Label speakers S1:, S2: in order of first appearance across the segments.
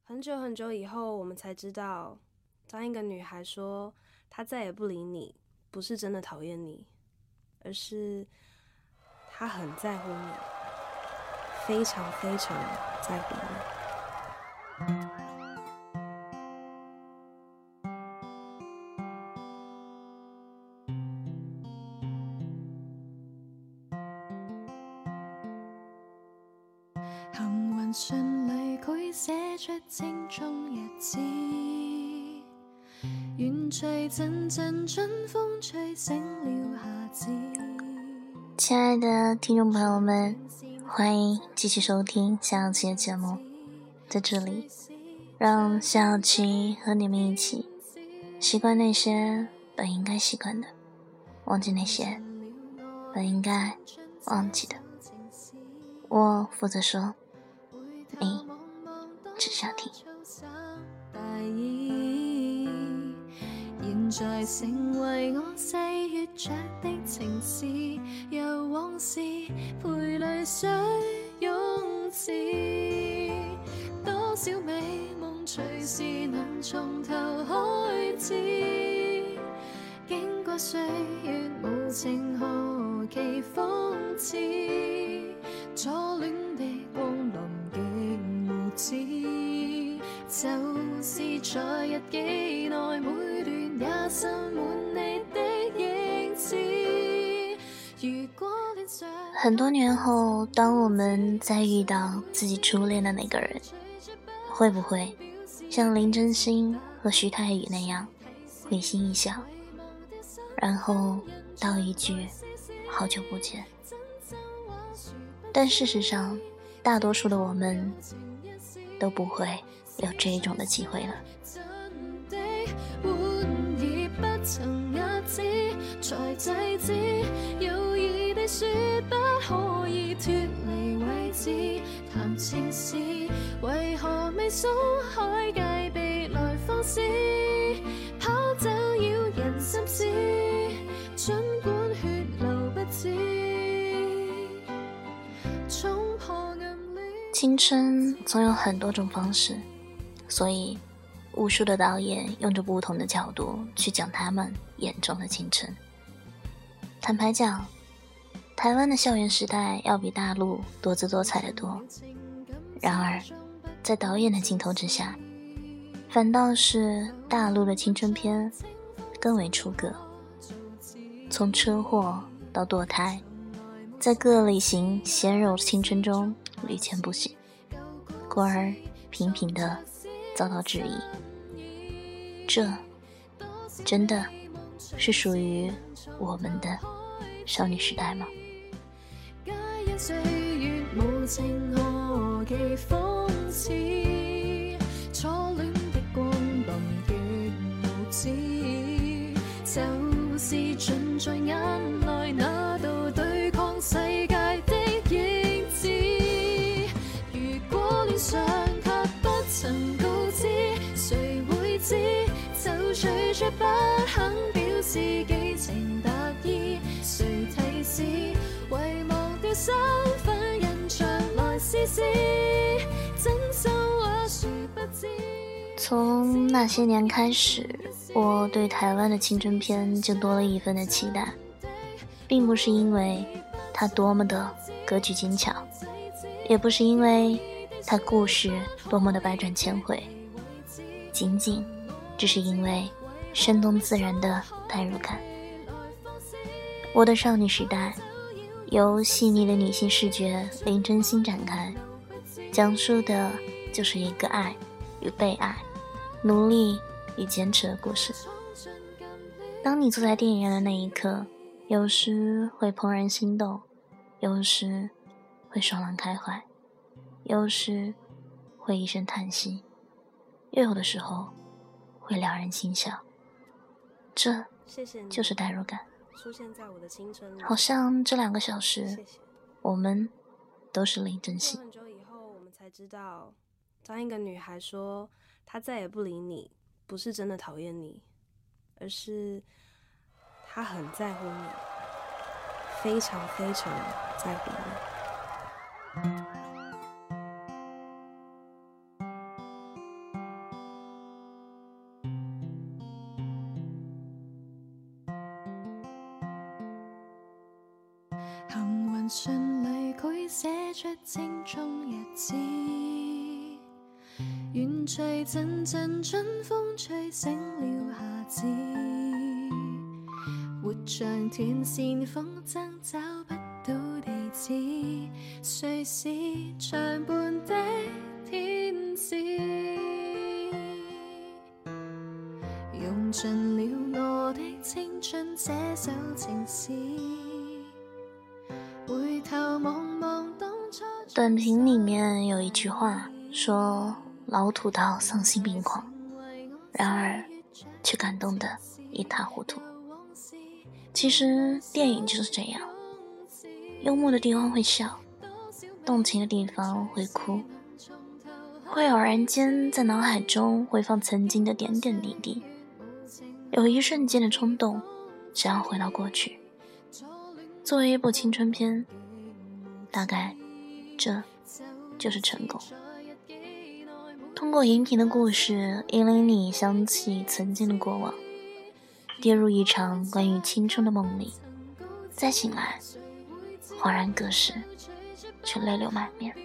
S1: 很久很久以后，我们才知道，当一个女孩说她再也不理你，不是真的讨厌你，而是她很在乎你，非常非常在乎你。
S2: 幸运顺利繪寫出青葱日子，願隨陣陣春風吹醒了夏至。
S3: 亲爱的听众朋友们，欢迎继续收听夏小琪的节目。在这里，让夏小琪和你们一起习惯那些本应该习惯的，忘记那些本应该忘記的。我負責說，你只想聽。
S2: 現在成為我細閱着的情詩，由往事陪淚水湧至，多少美夢隨時能從頭開始，經過歲月無情何其諷刺，初戀的光臨極無知，就是在日記內每段也滲滿你的影子。如果戀上
S3: 很多年後，當我們再遇到自己初戀的那個人，會不會像林真心和徐太宇那樣會心一笑，然後道一句好久不見？但事實上，大多數的我們都不會有這種的機會了。
S2: 曾壓止，才制止，有意地說不可以脫離位置，談情事為何未鬆開戒備來放肆，跑走擾人心思，儘管血流不止，衝破暗戀。
S3: 青春總有很多種方式，所以無數的導演用着不同的角度去講他們眼中的青春。坦白講，台灣的校園時代要比大陸多姿多彩的多。然而，在導演的鏡頭之下，反倒是大陸的青春片更為出格。從車禍到墮胎，在各類型鮮肉青春中屢見不鮮，故而頻頻地遭到質疑。這真的是屬於我們的少女時代嗎？
S2: 皆因歲月無情何其諷刺，初戀的光臨極無知，就是盡在眼內那道對抗世界的影子。如果戀上卻不曾告知，誰會知？就隨着不肯表示寄情達意，誰提示遺忘掉身份印象來試試，真心話殊不知。
S3: 從那些年開始，我對台灣的青春片就多了一分的期待，並不是因為它多麼的格局精巧，也不是因為它故事多麼的百轉千回，僅僅只是因為生動自然的代入感。我的少女時代由細膩的女性視覺林真心展開，講述的就是一個愛與被愛、努力與堅持的故事。當你坐在電影院的那一刻，有時會怦然心動，有時會爽朗開懷，有時會一聲嘆息，又有的時候會撩人心笑。這就是代入感。
S1: 出現在我的青春裡，
S3: 好像這2個小時
S1: 謝謝。
S3: 我們都是林真心。
S1: 很久以後，我們才知道，當一個女孩說她再也不理你，不是真的討厭你，而是她很在乎你，非常非常在乎你。
S2: 行运顺利繪寫出青葱日子，遠隨陣陣春風吹醒了夏至，活像斷線風箏找不到地址，誰是長伴的天使？用盡了我的青春寫首情詩，回頭望望當初。
S3: 短评里面有一句话说老土到丧心病狂，然而却感动得一塌糊涂。其实电影就是这样，幽默的地方会笑，动情的地方会哭，会偶然间在脑海中回放曾经的点点滴滴，有一瞬间的冲动想要回到过去。作为一部青春片，大概这就是成功。通过荧屏的故事引领你想起曾经的过往，跌入一场关于青春的梦里，再醒来恍然隔世，却泪流满面。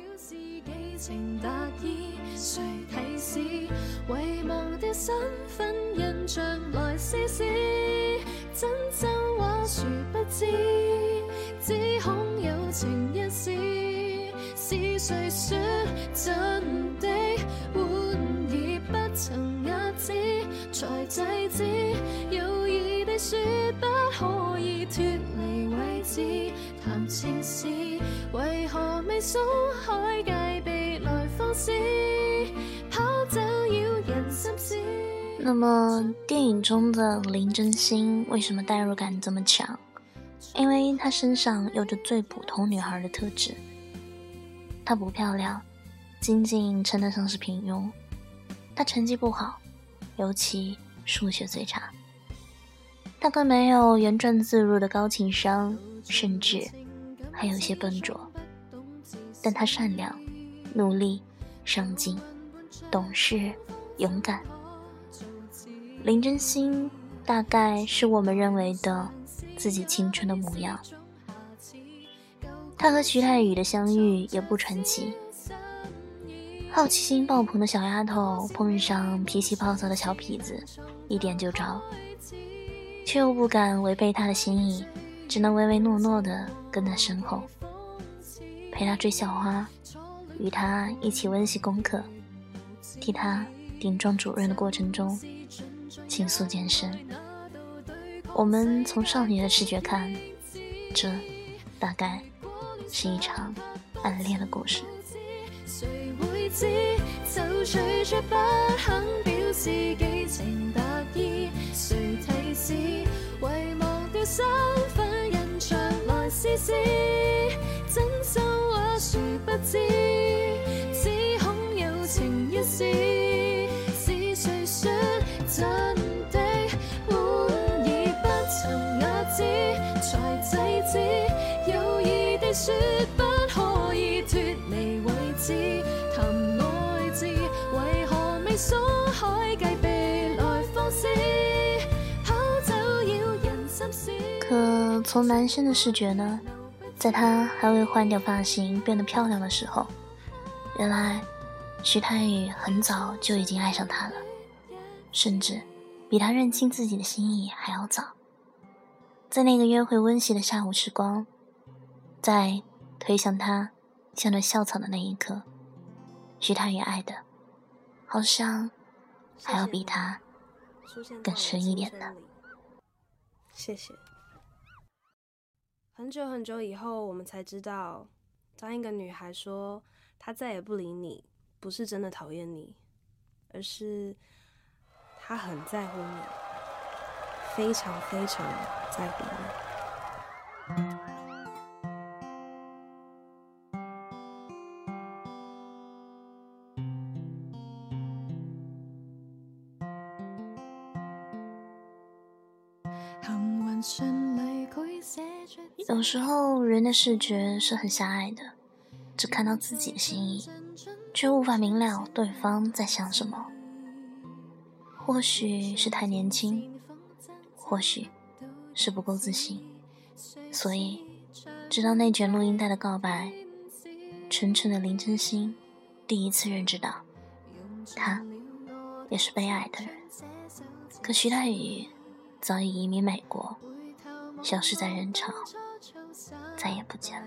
S2: 誰提示遺忘掉身份印象來試試，真心話殊不知，只恐有情一事，是誰說真的玩意不曾壓止，才制止有意地說不可以脫離位置，談情事為何未鬆開戒備來放肆，跑走擾人心思。
S3: 那麼電影中的林真心為什麼代入感這麼強？因為她身上有着最普通女孩的特質。她不漂亮，僅僅稱得上是平庸。她成績不好，尤其數學最差。她更沒有圓轉自如的高情商，甚至還有些笨拙。但她善良、努力、上進、懂事、勇敢。林真心大概是我們認為的自己青春的模樣。她和徐太宇的相遇也不傳奇。好奇心爆棚的小丫頭碰上脾氣暴躁的小痞子，一點就着，卻又不敢違背他的心意，只能唯唯諾諾地跟在身後，陪他追校花，與他一起溫習功課，替他頂撞主任的過程中情愫漸深。我們從少女的視覺看，這大概是一場暗戀的故事。
S2: 誰會知就隨着不肯表示寄情達意，誰提示遺忘掉身份印象來試試，真心話殊不知，只恐有情一事，是誰說真的玩意不曾壓止，才制止有意地說不可以脫離位置，談愛字為何未鬆開戒備來放肆，跑走擾人心思。
S3: 可從男生的視覺呢，在他還未換掉髮型變得漂亮的時候，原來徐太宇很早就已經愛上他了，甚至比他認清自己的心意還要早。在那個約會溫習的下午時光，在推向他像着校草的那一刻，徐太宇愛的好像還要比他更深一點呢。
S1: 謝謝。很久很久以後，我們才知道，當一個女孩說她再也不理你，不是真的討厭你，而是她很在乎你，非常非常在乎你。
S3: 有時候人的視覺是很狹隘的，只看到自己的心意，卻無法明了對方在想什麼。或許是太年輕，或許是不夠自信，所以直到那卷录音带的告白，纯纯的林真心第一次认知到，他也是被爱的人。可徐太宇早已移民美国，消失在人潮，再也不见了。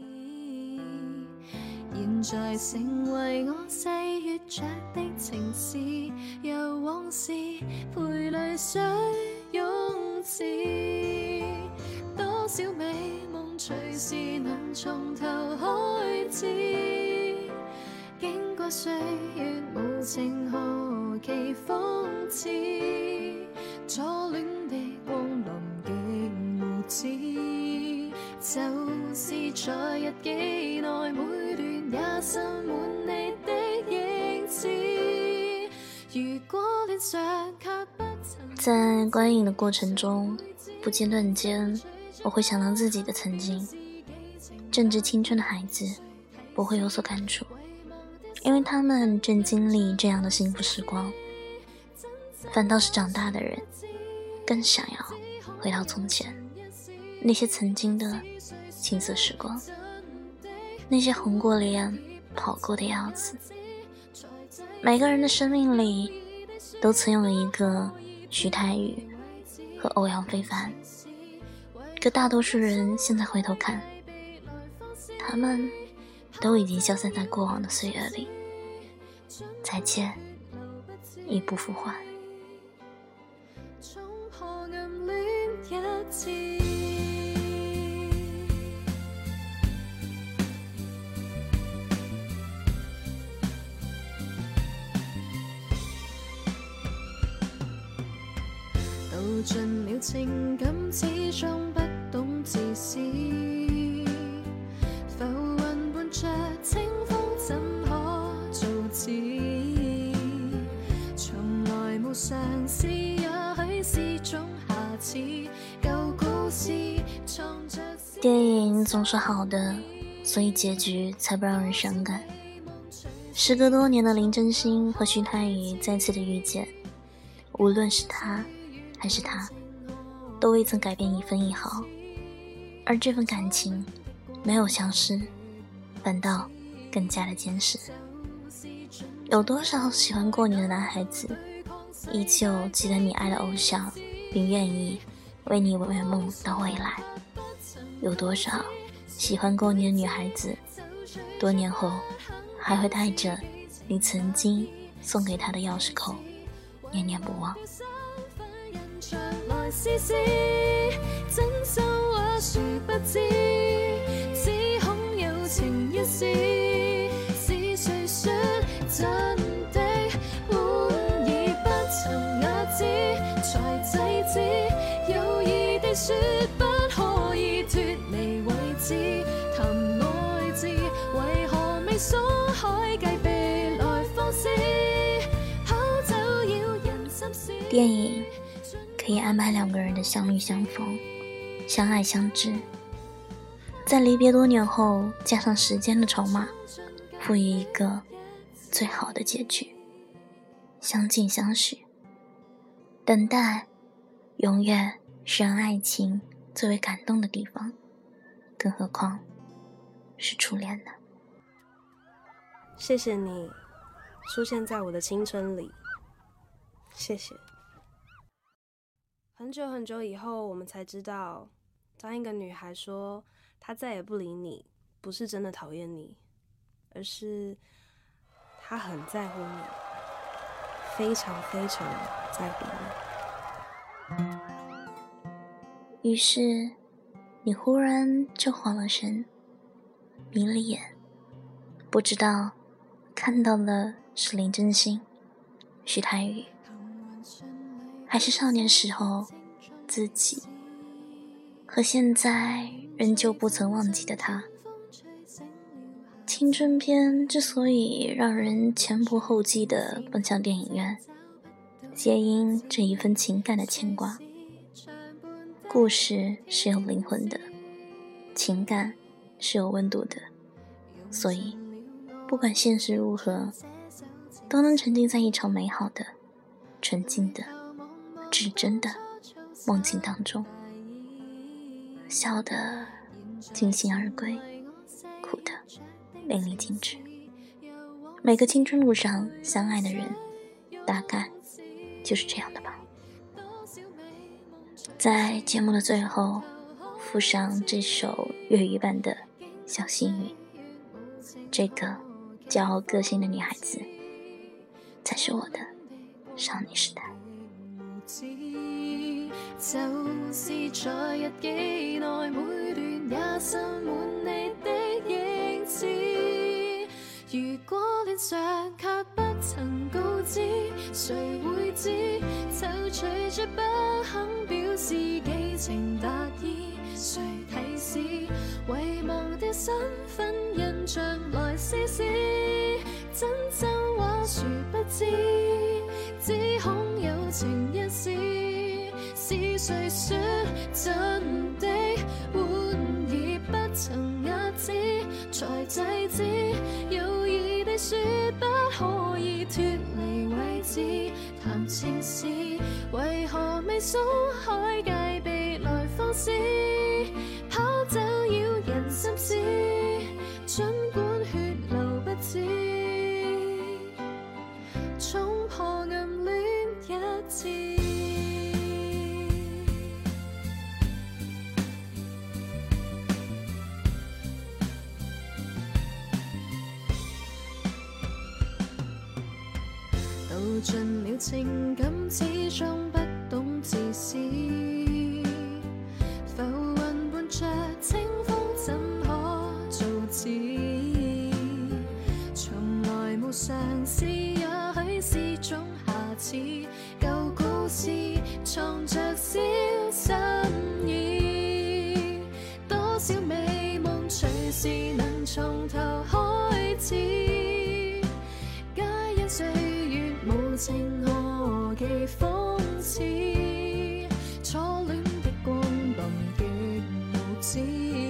S2: 現在成為我細閱着的情事，由往事陪淚水湧至，多少美夢隨時能從頭開始，經過歲月無情何其諷刺，初戀的光臨極無知，就是在日記內每段也滲滿你的影子。如果臉上卻不曾
S3: 在觀影的過程中，不間斷間，我會想到自己的曾經。正值青春的孩子不會有所感觸，因為他們正經歷這樣的幸福時光。反倒是長大的人更想要回到從前，那些曾經的青澀時光，那些紅過臉跑過的樣子。每個人的生命裡都曾有一個徐太宇和歐陽非凡，可大多數人現在回頭看，他們都已經消散在過往的歲月裡，再見已不復還。
S2: 道盡了情感，始終不懂自私，浮雲伴着清風，怎可做止？從來無嘗試，也許是種瑕疵，舊故事藏着。
S3: 電影總是好的，所以結局才不讓人傷感。時隔多年的林真心和徐太宇再次的遇見，無論是他還是他，都未曾改變一分一毫，而這份感情沒有消失，反倒更加的堅實。有多少喜歡過你的男孩子依舊記得你愛的偶像，並願意為你圓夢到未來？有多少喜歡過你的女孩子多年後還會帶着你曾經送給她的鑰匙扣念念不忘？來試試真心話，殊不知只恐有情一絲，是誰說真的滿意不曾也知，才制止有意的說不可以脫離位置，談愛字為何未鬆開戒備來放肆，跑走擾人心思。電影可以安排兩個人的相遇相逢，相愛相知，在離別多年後加上時間的籌碼，賦予一個最好的結局，相敬相許。等待永遠是讓愛情最為感動的地方，更何況是初戀呢？
S1: 謝謝你出現在我的青春裡，謝謝。很久很久以後，我們才知道，當一個女孩說她再也不理你，不是真的討厭你，而是她很在乎你，非常非常在乎
S3: 你。於是你忽然就慌了神，迷了眼，不知道看到的是林真心、徐太宇，還是少年時候自己和現在仍舊不曾忘記的他。青春片之所以讓人前仆後繼地奔向電影院，皆因這一份情感的牽掛。故事是有靈魂的，情感是有溫度的，所以不管現實如何，都能沉浸在一場美好的、純淨的、至真的夢境當中，笑得尽兴而归，哭得淋漓尽致。每个青春路上相爱的人，大概就是这样的吧。在节目的最后，附上这首粤语版的小幸运。这个骄傲个性的女孩子，才是我的少女时代。
S2: 就是在日記內每段也滲滿你的影子，如果臉上卻不曾告知，誰會知？就隨着不肯表示寄情達意，誰提示？遺忘掉身份印象來試試，真心話殊不知，只恐有情一事。是誰說真的玩意不曾壓止，才制止有意地說不可以脫離位置。談情時為何未鬆開戒備來放肆，跑走擾人心思，儘管血流不止，衝破暗戀一次。道盡了情感，始終不懂自私，浮雲伴着清風，怎可做止？從來無嘗試，也許是種瑕疵。舊故事藏着小心意，多少美夢隨時能從頭開始，皆因歲月無情何其諷刺，初戀的光芒極無知，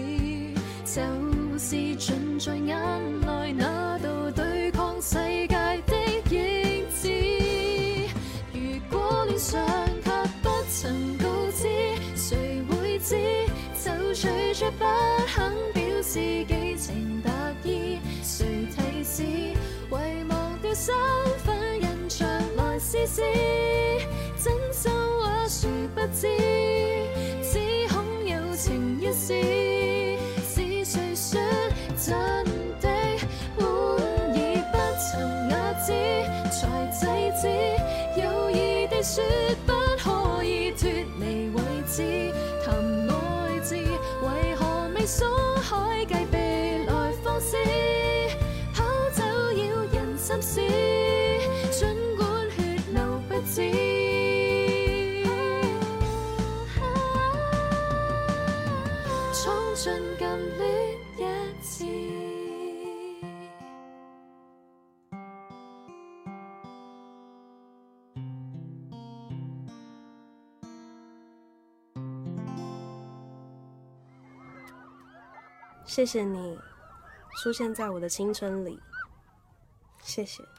S2: 就是盡在眼內那道對抗世界的影子。如果臉上卻不曾告知，誰會知？就隨着不肯表示寄情達意，誰提示？遺忘掉身份印象來試試，真心話殊不知，只恐有情一事。是誰說真的玩意不曾壓止，才制止有意地說不可以脫離位置。談愛字為何未鬆開戒備來放肆，跑走擾人心思，儘管血流不止，闖進禁戀一次。
S1: 谢谢你出现在我的青春里，谢谢。